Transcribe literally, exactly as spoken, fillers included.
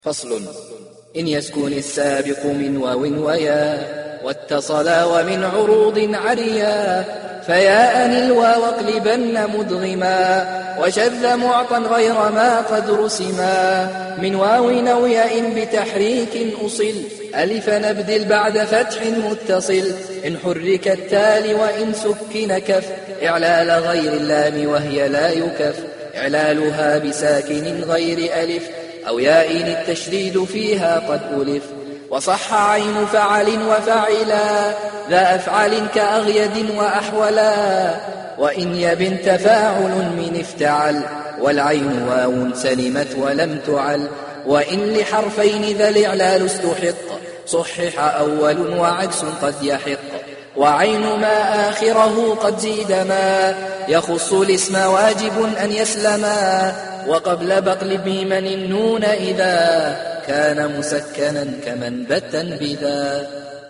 فصل. إن يسكن السابق من واو ويا واتصلا ومن عروض عريا فياء الواو اقلبن مدغما وشذ معطا غير ما قد رسما من واو أو ياء بتحريك أصل ألف نبدل بعد فتح متصل إن حرك التالي وإن سكن كف إعلال غير اللام وهي لا يكف إعلالها بساكن غير ألف أو ياء التشديد فيها قد ألف وصح عين فعل وفعلا ذا أفعل كأغيد وأحولا وإن يبن تفاعل من افتعل والعين واو سلمت ولم تعل وإن لحرفين ذا الإعلال استحق صحح أول وعكس قد يحق وعين ما آخره قد زيد ما يخص الاسم واجب أن يسلما وقبل بقل بمن النون إذا كان مسكنا كمن بتا بذا.